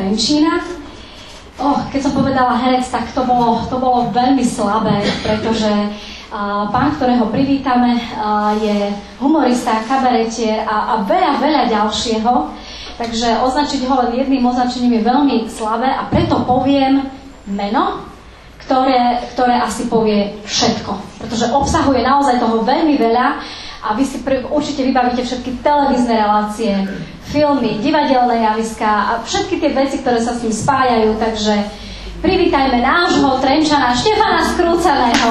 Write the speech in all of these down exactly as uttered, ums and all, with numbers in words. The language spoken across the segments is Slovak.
Trenčína. Oh, keď som povedala herec, tak to bolo, to bolo veľmi slabé, pretože uh, pán, ktorého privítame, uh, je humorista, kabaretier a, a veľa, veľa ďalšieho. Takže označiť ho len jedným označením je veľmi slabé a preto poviem meno, ktoré, ktoré asi povie všetko. Pretože obsahuje naozaj toho veľmi veľa a vy si pr- určite vybavíte všetky televízne relácie, filmy, divadelné javiská a všetky tie veci, ktoré sa s ním spájajú. Takže privítajme nášho Trenčana Štefana Skrúcaného.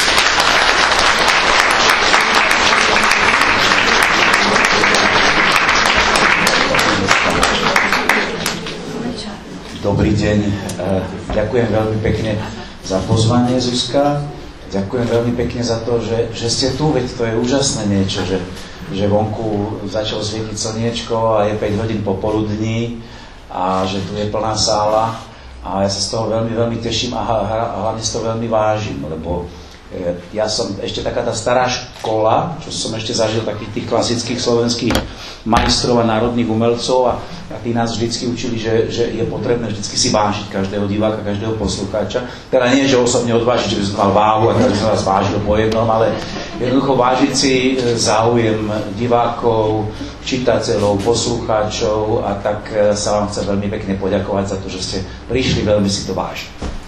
Dobrý deň, ďakujem veľmi pekne za pozvanie, Zuzka. Ďakujem veľmi pekne za to, že, že ste tu, veď to je úžasné niečo, že, že vonku začalo svietiť slniečko a je päť hodín popoludní a že tu je plná sála a ja sa z toho veľmi, veľmi teším a, a hlavne z toho veľmi vážim, lebo ja som ešte taká tá stará škola, čo som ešte zažil takých tých klasických slovenských majstrov a národných umelcov a, a tí nás vždycky učili, že, že je potrebné vždycky si vážiť každého diváka, každého poslucháča. Teda nie, že osobne odvážiť, že by som mal váhu a tak by som vás vážil po jednom, ale jednoducho vážiť si záujem divákov, čitateľov, poslucháčov a tak sa vám chcem veľmi pekne poďakovať za to, že ste prišli, veľmi si to vážiť.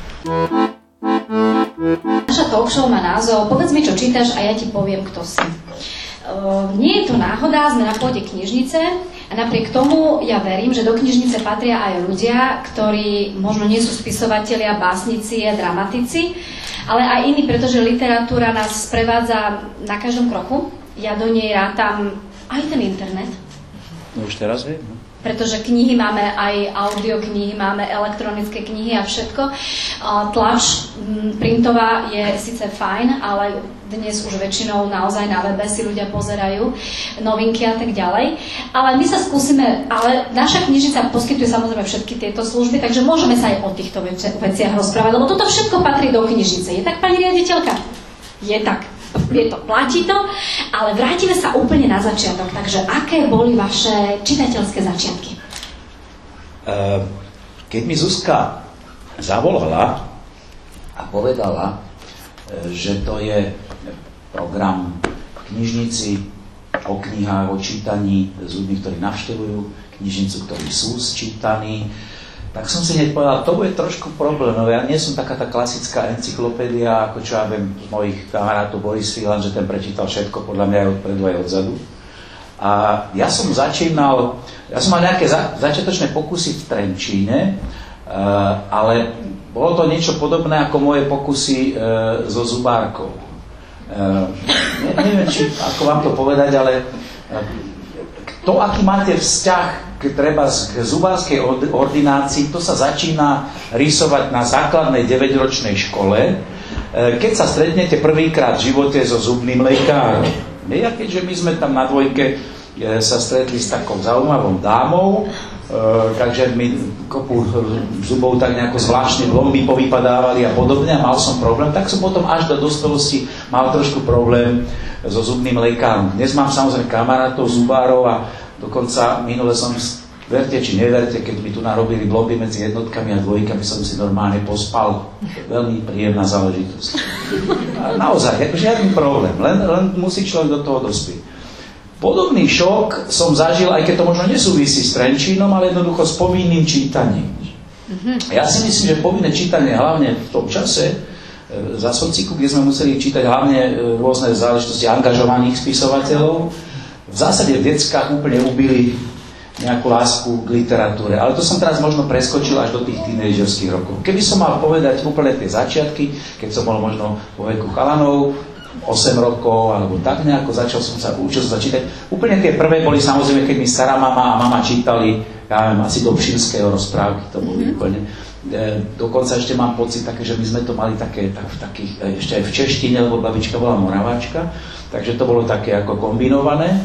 Naša talk show má názov Povedz mi, čo čítaš a ja ti poviem, kto si. Uh, nie je to náhoda, sme na pôde knižnice a napriek tomu ja verím, že do knižnice patria aj ľudia, ktorí možno nie sú spisovatelia, básnici, dramatici, ale aj iní, pretože literatúra nás sprevádza na každom kroku. Ja do nej rátam aj ten internet. No už teraz je, no. Pretože knihy máme aj audioknihy, máme elektronické knihy a všetko. Tlač printová je síce fajn, ale dnes už väčšinou naozaj na webe si ľudia pozerajú novinky a tak ďalej. Ale my sa skúsime, ale naša knižnica poskytuje samozrejme všetky tieto služby, takže môžeme sa aj o týchto veciach rozprávať, lebo toto všetko patrí do knižnice. Je tak, pani riaditeľka? Je tak. Je to, platí to, ale vrátime sa úplne na začiatok. Takže aké boli vaše čitateľské začiatky? Keď mi Zuzka zavolala a povedala, že to je program v knižnici o knihách, o čítaní s ľuďmi, ktorí navštevujú knižnicu, ktorí sú sčítaní, tak som si hneď povedal, to bude trošku problém. Ja nie som taká tá klasická encyklopédia, ako čo ja viem z mojich kamarátov Boris Filan, že ten prečítal všetko, podľa mňa aj odpredu, aj odzadu. A ja som začínal, ja som mal nejaké za, začiatočné pokusy v Trenčíne, uh, ale bolo to niečo podobné ako moje pokusy uh, so zubárkou. Uh, ne, neviem, či, ako vám to povedať, ale uh, to, aký máte vzťah treba k zubárskej ordinácii, to sa začína rysovať na základnej deväťročnej škole, keď sa stretnete prvýkrát v živote so zubným lekárom. A keďže my sme tam na dvojke sa stretli s takou zaujímavou dámou, takže mi kopu zubov tak nejako zvláštne blomby povypadávali a podobne a mal som problém, tak som potom až do dospelosti mal trošku problém so zubným lekárom. Dnes mám samozrejme kamarátov, zubárov a dokonca minule som, verte či neverte, keď mi tu narobili blomby medzi jednotkami a dvojkami, som si normálne pospal. Veľmi príjemná záležitosť. A naozaj, ako žiadny problém, len, len musí človek do toho dospieť. Podobný šok som zažil, aj keď to možno nesúvisí s Trenčínom, ale jednoducho s povinným čítaním. Ja si myslím, že povinné čítanie hlavne v tom čase, za sociku, kde sme museli čítať hlavne rôzne záležitosti angažovaných spisovateľov, v zásade v deckách úplne ubili nejakú lásku k literatúre. Ale to som teraz možno preskočil až do tých tínedžerských rokov. Keby som mal povedať úplne tie začiatky, keď som bol možno vo veku chalanov, osem rokov, alebo tak nejako, začal som sa, učil sa čítať. Úplne tie prvé boli samozrejme, keď mi stará mama a mama čítali, ja neviem, asi Dobšinského rozprávky, to boli mm-hmm. úplne. E, dokonca ešte mám pocit také, že my sme to mali také, tak, v takých, ešte aj v češtine, lebo babička bola Moraváčka, takže to bolo také ako kombinované.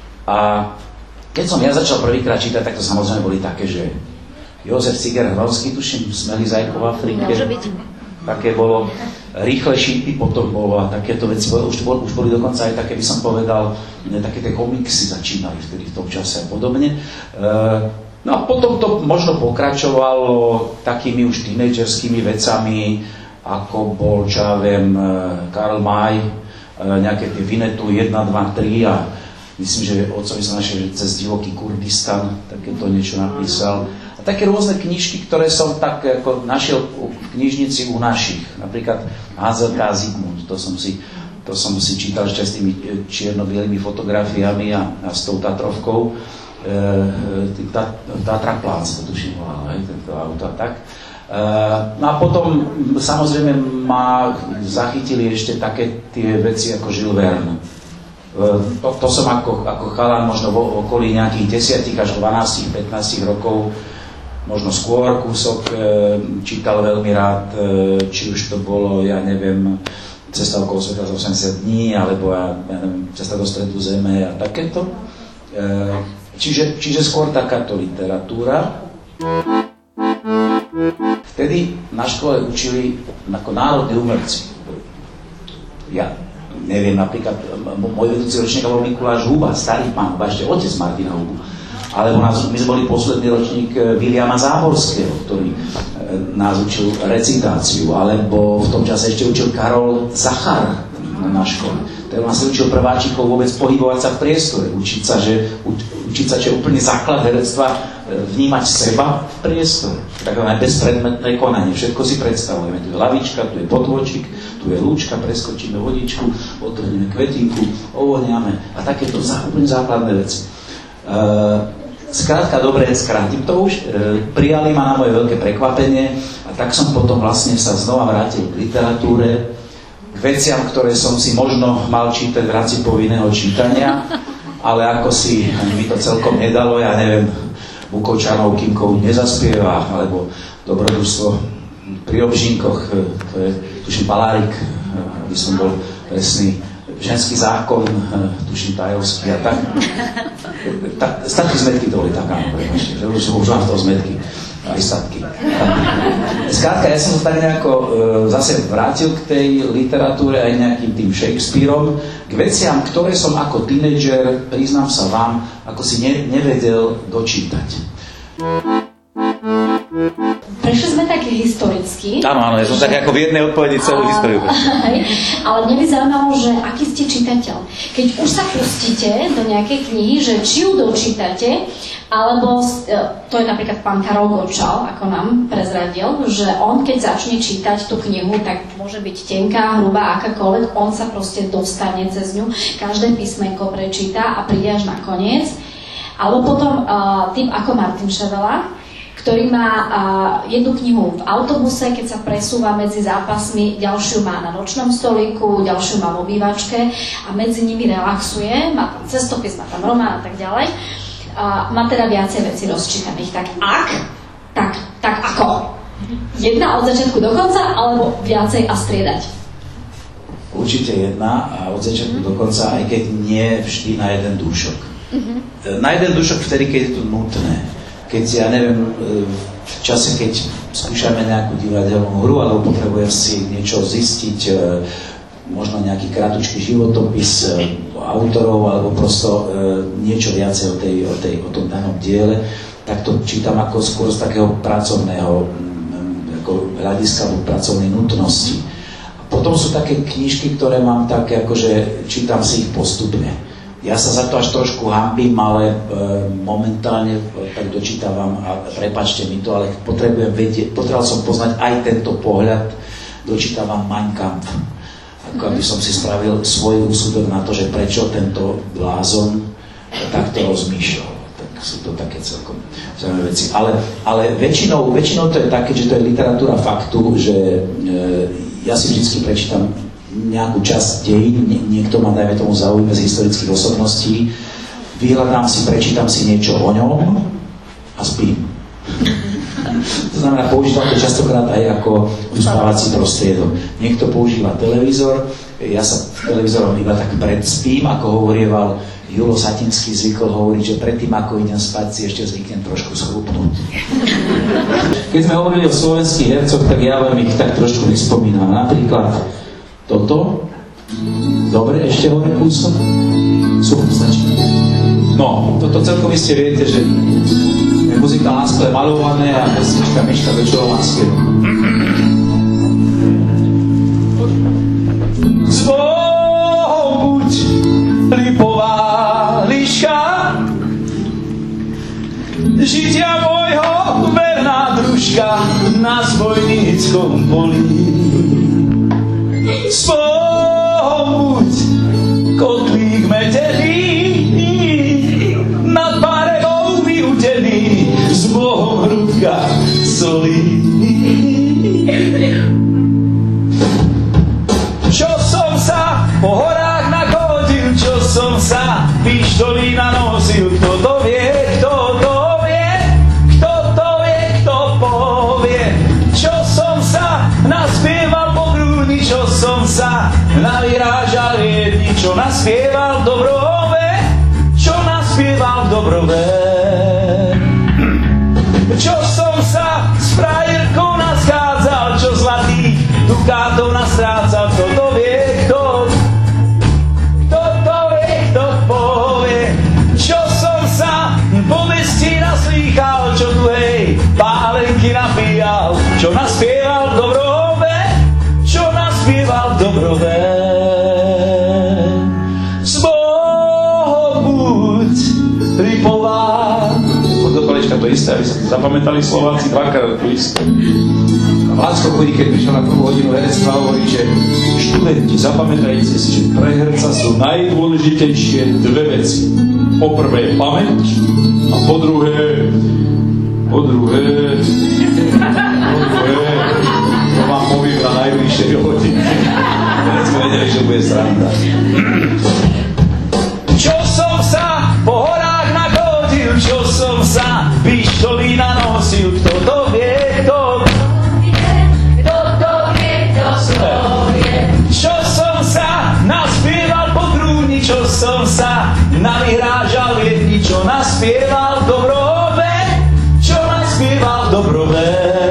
A keď som ja začal prvýkrát čítať, tak to samozrejme boli také, že Jozef Ciger Hronský, tuším, Smelý zajko v Afrike. Môže byť. Také bolo Rýchle šípy, potom bolo a takéto veci. Už, bol, už boli dokonca aj také, by som povedal, také tie komiksy začínali vtedy v tom čase a podobne. E, No a potom to možno pokračovalo takými už tínedžerskými vecami, ako bol, čo ja viem, Karl May, nejaké tie Vinetu jeden, dva, tri a myslím, že otcovi sa našiel, že cez divoký Kurdistan takéto niečo napísal. A také rôzne knižky, ktoré som tak ako našiel v knižnici u našich. Napríklad Házelka a Zigmund, to som si, to som si čítal ešte s tými čierno-bielými fotografiami a, a s tou Tatrovkou. E, tá, Tatra Plác, to tuším volal, hej, tento auto a tak. E, no a potom samozrejme ma zachytili ešte také tie veci ako Jules Verne. To, to som ako, ako chalán možno v okolí nejakých desať až dvanásť pätnásť rokov, možno skôr kúsok e, čítal veľmi rád, e, či už to bolo, ja neviem, Cesta okolo sveta za osemdesiat dní, alebo ja, ja neviem, Cesta do stredu zeme a takéto. E, čiže, čiže skôr takáto literatúra. Vtedy na škole učili ako národní umelci. Ja neviem, napríklad môj vedúci ročník bol Mikuláš Huba, starý pán Huba, ešte otec Martina Hubu. Alebo nás, my sme boli posledný ročník Viliama Záborského, ktorý nás učil recitáciu, alebo v tom čase ešte učil Karol Zachar na škole. Tak nás učil prváčikov vôbec pohybovať sa v priestore, učiť sa, že, učiť sa, že úplne základ herectva vnímať seba v priestore. Takové bezpredmetné konanie, všetko si predstavujeme. Tu je lavička, tu je podvočík, tu je lúčka, preskočíme vodičku, otrhneme kvetinku, ovoniame a takéto úplne základné veci. E, skrátka, dobre, skrátim to už. E, prijali ma na moje veľké prekvapenie a tak som potom vlastne sa znova vrátil k literatúre, k veciam, ktoré som si možno mal čítať v rámci povinného čítania, ale ako si mi to celkom nedalo, ja neviem, Bukovčanov Kimkov nezaspieva, alebo Dobrodružstvo pri obžinkoch, to je, tuším, Palárik, aby som bol presný, Ženský zákon, tuším, Tajovský a tak. tak statky zmetky to boli tak, áno, prepáčte, že už, už mám z toho zmetky, aj statky. Skrátka, ja som sa tak nejako e, zase vrátil k tej literatúre aj nejakým tým Shakespeareom, k veciam, ktoré som ako tínedžer, priznám sa vám, ako si ne, nevedel dočítať. Prešli sme tak historicky. Áno, áno, ja som že... tak ako v jednej odpovedi celú a... históriu. Ale mne by zaujímalo, že aký ste čitateľ. Keď už sa pustíte do nejakej knihy, že či ju dočítate, alebo to je napríklad pán Karol Gočal, ako nám prezradil, že on keď začne čítať tú knihu, tak môže byť tenká, hrubá, akákoľvek, on sa proste dostane cez ňu, každé písmenko prečíta a príde až na koniec. Alebo potom uh, typ ako Martin Ševela, ktorý má uh, jednu knihu v autobuse, keď sa presúva medzi zápasmi, ďalšiu má na nočnom stolíku, ďalšiu má v obývačke a medzi nimi relaxuje, má tam cestopis, má tam román a tak ďalej. Uh, má teda viacej vecí rozčítaných. Tak ak, tak, tak ako? Jedna od začiatku do konca, alebo viacej a striedať? Určite jedna a od začiatku mm-hmm. do konca, aj keď nie vždy na jeden dúšok. Mm-hmm. Na jeden dúšok vtedy, keď je to nutné. Keď, ja neviem, v čase, keď skúšame nejakú divadelnú hru, alebo potrebujem si niečo zistiť, možno nejaký kratučký životopis autorov, alebo prosto niečo viacej o, tej, o, tej, o tom danom diele, tak to čítam ako skôr z takého pracovného ako hľadiska alebo pracovnej nutnosti. A potom sú také knižky, ktoré mám také, akože čítam si ich postupne. Ja sa za to až trošku hanbím, ale e, momentálne e, tak dočítavam a prepáčte mi to, ale potrebujem vedieť, potreboval som poznať aj tento pohľad, dočítavam Mein Kampf. Ako aby som si spravil svoj úsudok na to, že prečo tento blázon takto rozmýšľal. Tak sú to také celkom zaujímavé veci. Ale, ale väčšinou, väčšinou to je také, že to je literatúra faktu, že e, ja si vždy prečítam nejakú časť dejín, niekto ma, dajme tomu, zaujíme z historických osobností, vyhľadám si, prečítam si niečo o ňom a spím. To znamená, používam to častokrát aj ako uspávací prostriedok. Niekto používa televízor, ja sa televízorom iba tak predspím, ako hovorieval Julo Satinský, zvykol hovoriť, že predtým, ako idem spať, si ešte zvyknem trošku schrupnúť. Keď sme hovorili o slovenských hercoch, tak ja vám ich tak trošku vyspomínam. Napríklad toto. Dobre, ešte hovorím kúsok. Super, stačí. No, toto celkom iste viete, že muzikál na skle malované a pesnička Miška Večerová spieva. Zvobuď lipová liška, žitia môjho verná družka na zbojníckom poli. Zvobuď kotlík metený, nad párevou vyutený, z môjho hrudka solí. Čo som sa po horách nakodil, čo som sa pištolí nanosil, kto to vie, kto to vie, kto to vie, kto povie. Čo som sa naspieval po grúni, čo som sa navyrážal jedni, čo naspieval v Dobrove, čo naspieval v Dobrove. Čo som sa s frajerkou naschádzal, čo zlatých dukátov nastrácal, kto to vie, kto, kto to vie, kto povie. Čo som sa po mestí naslýchal, čo tu hej pálenky napíjal, čo naspieval v Dobrove, čo naspieval v Dobrove. Zvobuď lipová. Do kolečka to isté, aby sa to zapamätali Slováci dvakrát to isté. A Vlácko Chudík, keď prišiel na prvú hodinu herectva, hovorí, že študenti, zapamätajte si, že pre herca sú najdôležitejšie dve veci. Po prvé pamäť a po druhé po druhé po druhé to vám poviem na najbližšej hodine. Keď sme vedeli, že bude sranda. Čo som sa po horách nakodil, čo som sa pištolí nanosil, kto to vie, kto kto to vie, kto to vie. Čo som sa naspieval po grúni, čo som sa navyrážal jedni, čo naspieval v Dobrove, čo naspieval v Dobrove.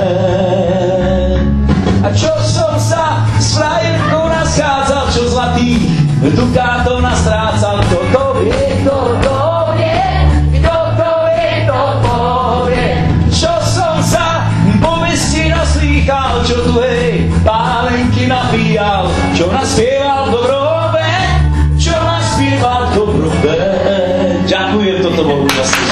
A čo som sa s frajerkou naschádzal, čo zlatých dukátov nastrácal, kto to vie, kto to vie, kto to vie, kto povie. Čo som sa po mestí naslýchal, čo tu hej pálenky napíjal, čo naspieval v Dobrove, čo naspieval v Dobrove. Ďakujem, toto bol úžasný.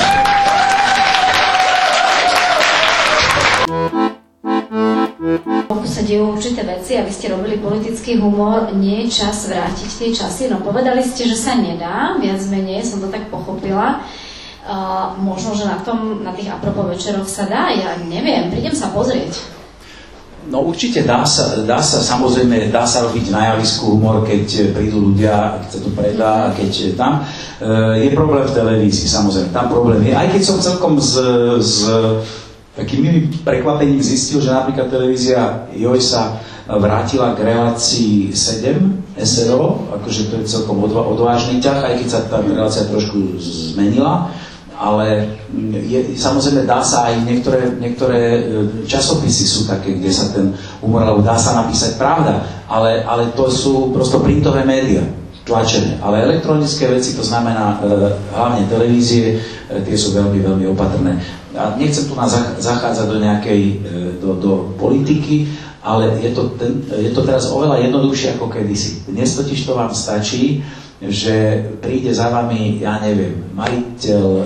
Sa dejú určité veci a vy ste robili politický humor, nie je čas vrátiť tie časy. No povedali ste, že sa nedá, viac menej, som to tak pochopila. Uh, možno, že na tom, na tých apropo večeroch sa dá, ja neviem, prídem sa pozrieť. No určite dá sa, dá sa, samozrejme, dá sa robiť na javisku humor, keď prídu ľudia, keď sa to predá, keď tam. Uh, je problém v televízii, samozrejme, tam problém je. Aj keď som celkom z... z takým milým prekvapením zistil, že napríklad televízia Joj sa vrátila k relácii sedem es er o, akože to je celkom odvážny ťah, aj keď sa tá relácia trošku zmenila, ale je, samozrejme dá sa aj niektoré, niektoré časopisy sú také, kde sa ten humor, alebo dá sa napísať pravda, ale, ale to sú prosto printové médiá, tlačené, ale elektronické veci, to znamená e, hlavne televízie, e, tie sú veľmi, veľmi opatrné. A nechcem tu nás zachádzať do nejakej, do, do politiky, ale je to, ten, je to teraz oveľa jednoduchšie ako kedysi. Dnes totiž to vám stačí, že príde za vami, ja neviem, majiteľ e,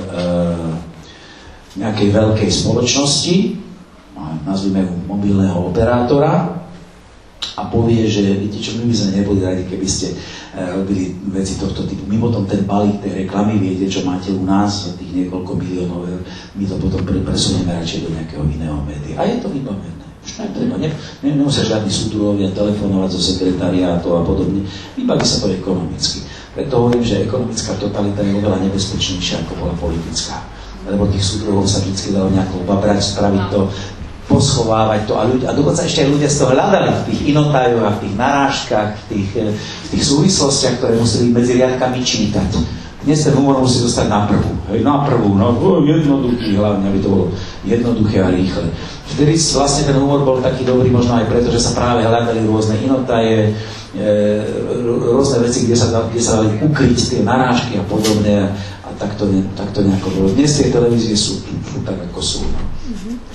nejakej veľkej spoločnosti, nazvime ho mobilného operátora, a povie, že viete čo, my by sme neboli radi, keby ste robili veci tohto typu. Mimo tom ten balík tej reklamy, viete, čo máte u nás, tých niekoľko miliónov eur, my to potom presunieme radšej do nejakého iného média. A je to vybavené. Už netreba, ne, ne, nemusia žiadni súdruhovia telefonovať zo sekretariátu a podobne. Vybaví sa to ekonomicky. Preto hovorím, že ekonomická totalita je oveľa nebezpečnejšia, ako bola politická. Lebo tých súdruhov sa vždy dalo nejako obabrať, spraviť to, poschovávať to a, ľudia, a dokonca ešte aj ľudia z toho hľadali v tých inotájoch a v tých narážkach, v tých, v tých súvislostiach, ktoré museli medzi riadkami čítať. Dnes ten humor musí dostať na prvú. Hej, na prvú, no jednoduchý, hlavne, aby to bolo jednoduché a rýchle. Vtedy vlastne ten humor bol taký dobrý možno aj preto, že sa práve hľadali rôzne inotáje, e, rôzne veci, kde sa, kde sa dali ukryť tie narážky a podobne. A tak to, ne, tak to nejako bolo. Dnes tie televízie sú, sú tak, ako sú.